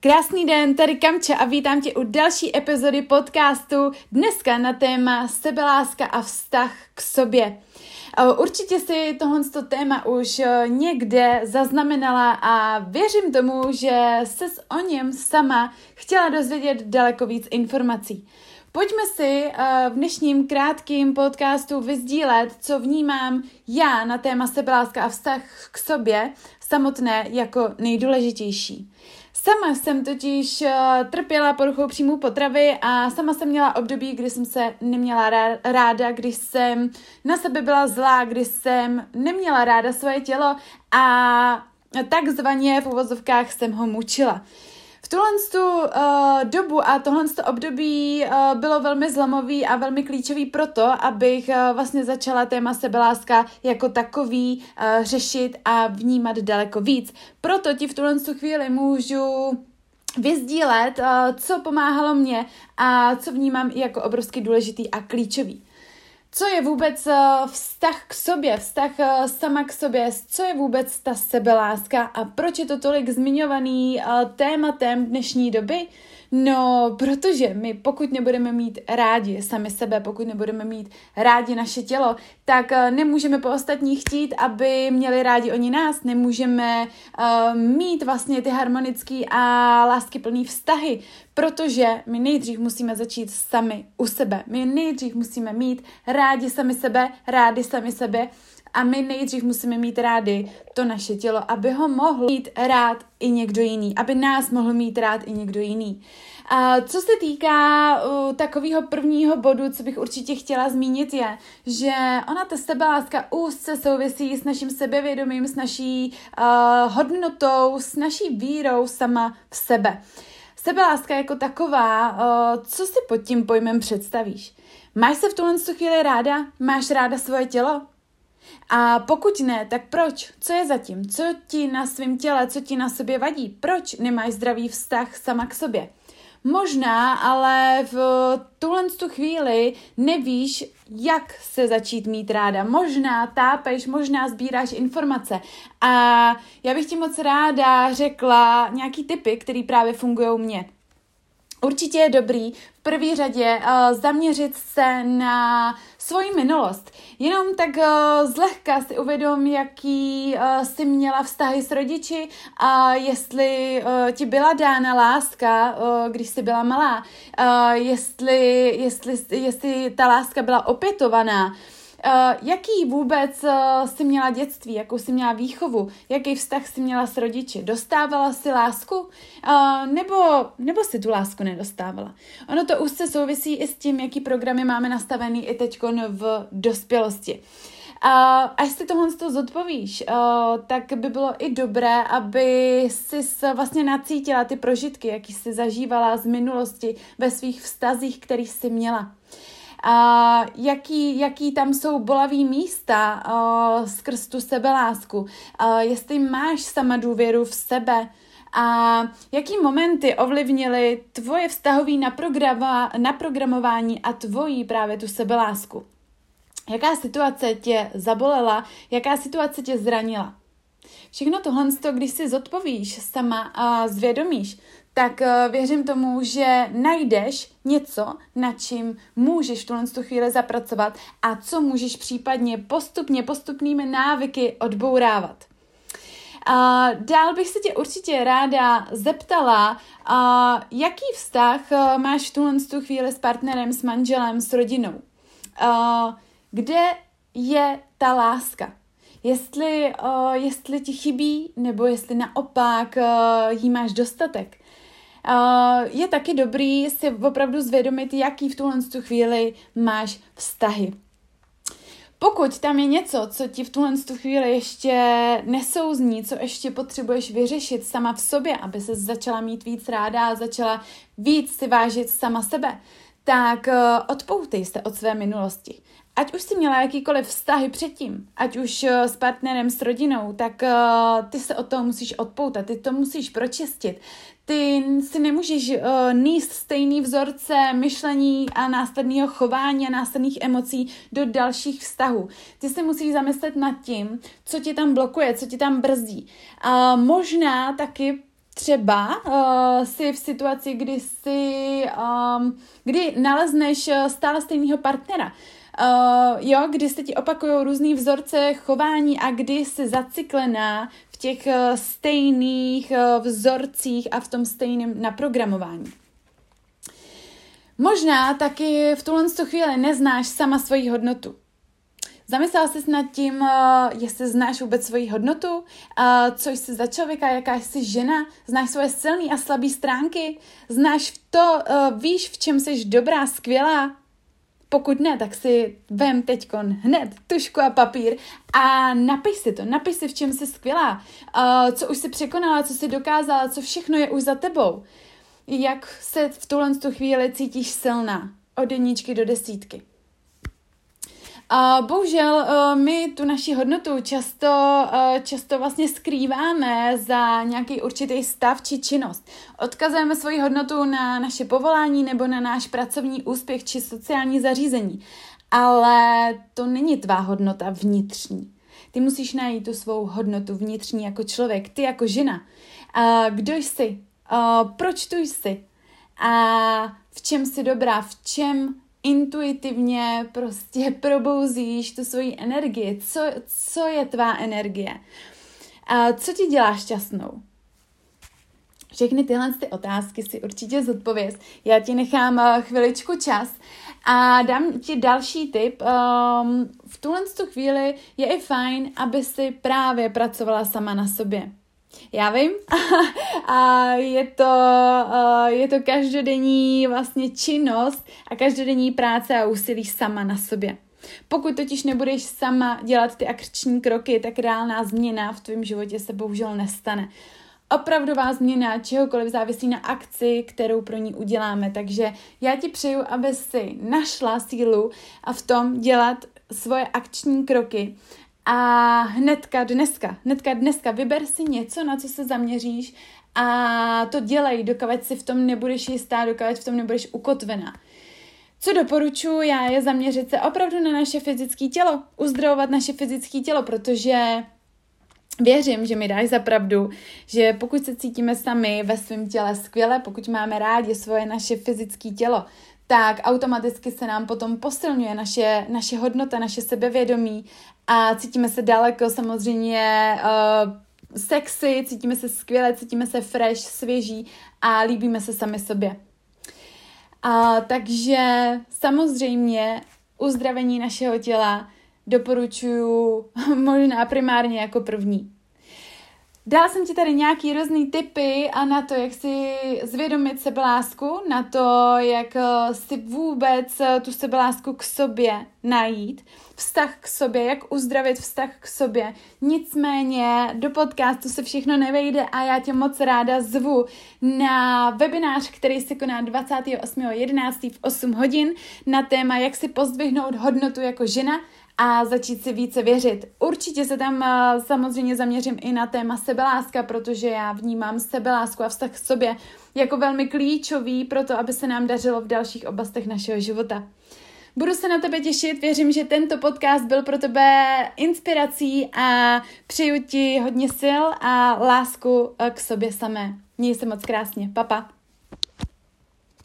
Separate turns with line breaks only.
Krásný den, tady Kamča a vítám tě u další epizody podcastu, dneska na téma sebeláska a vztah k sobě. Určitě si tohle téma už někde zaznamenala a věřím tomu, že ses o něm sama chtěla dozvědět daleko víc informací. Pojďme si v dnešním krátkém podcastu vyzdílet, co vnímám já na téma sebeláska a vztah k sobě samotné jako nejdůležitější. Sama jsem totiž trpěla poruchou příjmu potravy a sama jsem měla období, kdy jsem se neměla ráda, když jsem na sebe byla zlá, kdy jsem neměla ráda svoje tělo a takzvaně v uvozovkách jsem ho mučila. V tuhle dobu a tohle období bylo velmi zlomový a velmi klíčový proto, abych vlastně začala téma sebeláska jako takový řešit a vnímat daleko víc. Proto ti v tuhle chvíli můžu vyzdílet, co pomáhalo mně a co vnímám jako obrovsky důležitý a klíčový. Co je vůbec vztah k sobě, vztah sama k sobě, co je vůbec ta sebeláska a proč je to tolik zmiňovaný tématem dnešní doby? No, protože my pokud nebudeme mít rádi sami sebe, pokud nebudeme mít rádi naše tělo, tak nemůžeme po ostatních chtít, aby měli rádi oni nás, nemůžeme mít vlastně ty harmonický a láskyplný vztahy, protože my nejdřív musíme začít sami u sebe. My nejdřív musíme mít rádi sami sebe a my nejdřív musíme mít rádi to naše tělo, aby ho mohl mít rád i někdo jiný, aby nás mohl mít rád i někdo jiný. A co se týká takového prvního bodu, co bych určitě chtěla zmínit je, že ona ta sebeláska úzce souvisí s naším sebevědomím, s naší hodnotou, s naší vírou sama v sebe. Sebeláska jako taková, co si pod tím pojmem představíš? Máš se v tuhle chvíli ráda? Máš ráda svoje tělo? A pokud ne, tak proč? Co je zatím? Co ti na svém těle, co ti na sobě vadí? Proč nemáš zdravý vztah sama k sobě? Možná, ale v tuhle chvíli nevíš, jak se začít mít ráda. Možná tápeš, možná sbíráš informace. A já bych ti moc ráda řekla nějaký tipy, které právě fungují mně. Určitě je dobrý v první řadě zaměřit se na svoji minulost. Jenom tak zlehka si uvědom, jaký jsi měla vztahy s rodiči a jestli ti byla dána láska, když jsi byla malá, jestli ta láska byla opětovaná. Jaký vůbec jsi měla dětství, jakou jsi měla výchovu, jaký vztah jsi měla s rodiči? Dostávala jsi lásku? Nebo jsi tu lásku nedostávala? Ono to úzce souvisí i s tím, jaký programy máme nastavený i teďkon v dospělosti. Až si tohle zodpovíš, tak by bylo i dobré, aby jsi vlastně nacítila ty prožitky, jaký jsi zažívala z minulosti ve svých vztazích, který jsi měla. Jaký tam jsou bolavý místa skrz tu sebelásku, jestli máš sama důvěru v sebe a jaký momenty ovlivnily tvoje vztahové naprogramování a tvoji právě tu sebelásku. Jaká situace tě zabolela, jaká situace tě zranila. Všechno tohle, když si zodpovíš sama a zvědomíš, tak věřím tomu, že najdeš něco, na čím můžeš v tuhle chvíli zapracovat a co můžeš případně postupnými návyky odbourávat. Dál bych se tě určitě ráda zeptala, jaký vztah máš v tuhle chvíli s partnerem, s manželem, s rodinou. Kde je ta láska? Jestli ti chybí, nebo jestli naopak jí máš dostatek. Je taky dobrý si opravdu zvědomit, jaký v tuhle chvíli máš vztahy. Pokud tam je něco, co ti v tuhle chvíli ještě nesouzní, co ještě potřebuješ vyřešit sama v sobě, aby se začala mít víc ráda a začala víc si vážit sama sebe, tak odpoutej se od své minulosti. Ať už jsi měla jakýkoliv vztahy předtím, ať už s partnerem, s rodinou, tak ty se od toho musíš odpoutat, ty to musíš pročistit. Ty si nemůžeš nést stejný vzorce myšlení a následného chování a následných emocí do dalších vztahů. Ty se musíš zamyslet nad tím, co ti tam blokuje, co ti tam brzdí. Možná taky třeba si v situaci, kdy nalezneš stále stejného partnera, kdy se ti opakují různý vzorce chování a kdy jsi zacyklená v těch stejných vzorcích a v tom stejném naprogramování. Možná taky v tuhle chvíli neznáš sama svoji hodnotu. Zamyslela jsi nad tím, jestli znáš vůbec svoji hodnotu, co jsi za člověka, jaká jsi žena, znáš svoje silné a slabé stránky, víš, v čem jsi dobrá, skvělá. Pokud ne, tak si vem teďkon hned tužku a papír a napiš si, v čem jsi skvělá, co už jsi překonala, co jsi dokázala, co všechno je už za tebou. Jak se v tuhle chvíli cítíš silná od 1 do 10. Bohužel my tu naši hodnotu často vlastně skrýváme za nějaký určitý stav či činnost. Odkazujeme svoji hodnotu na naše povolání nebo na náš pracovní úspěch či sociální zařízení. Ale to není tvá hodnota vnitřní. Ty musíš najít tu svou hodnotu vnitřní jako člověk, ty jako žena. Kdo jsi? Proč tu jsi? A v čem jsi dobrá? V čem intuitivně prostě probouzíš tu svoji energii? Co je tvá energie? Co ti dělá šťastnou? Všechny tyhle otázky si určitě zodpověz. Já ti nechám chviličku čas a dám ti další tip. V tuhle chvíli je i fajn, aby si právě pracovala sama na sobě. Já vím, a je to každodenní vlastně činnost a každodenní práce a úsilí sama na sobě. Pokud totiž nebudeš sama dělat ty akční kroky, tak reálná změna v tvém životě se bohužel nestane. Opravdová změna čehokoliv závisí na akci, kterou pro ní uděláme. Takže já ti přeju, aby si našla sílu a v tom dělat svoje akční kroky. A hnedka dneska vyber si něco, na co se zaměříš a to dělej, dokud si v tom nebudeš jistá, dokud v tom nebudeš ukotvená. Co doporučuji já je zaměřit se opravdu na naše fyzické tělo, uzdravovat naše fyzické tělo, protože věřím, že mi dáš za pravdu, že pokud se cítíme sami ve svém těle skvěle, pokud máme rádi naše fyzické tělo, tak automaticky se nám potom posilňuje naše hodnota, naše sebevědomí a cítíme se daleko samozřejmě sexy, cítíme se skvěle, cítíme se fresh, svěží a líbíme se sami sobě. Takže samozřejmě uzdravení našeho těla doporučuji možná primárně jako první. Dala jsem ti tady nějaký různý tipy a na to, jak si zvědomit sebelásku, na to, jak si vůbec tu sebelásku k sobě najít, vztah k sobě, jak uzdravit vztah k sobě. Nicméně do podcastu se všechno nevejde a já tě moc ráda zvu na webinář, který se koná 28.11. v 8 hodin na téma, jak si pozdvihnout hodnotu jako žena a začít si více věřit. Určitě se tam samozřejmě zaměřím i na téma sebeláska, protože já vnímám sebelásku a vztah k sobě jako velmi klíčový pro to, aby se nám dařilo v dalších oblastech našeho života. Budu se na tebe těšit, věřím, že tento podcast byl pro tebe inspirací a přeju ti hodně sil a lásku k sobě samé. Měj se moc krásně. Pa, pa.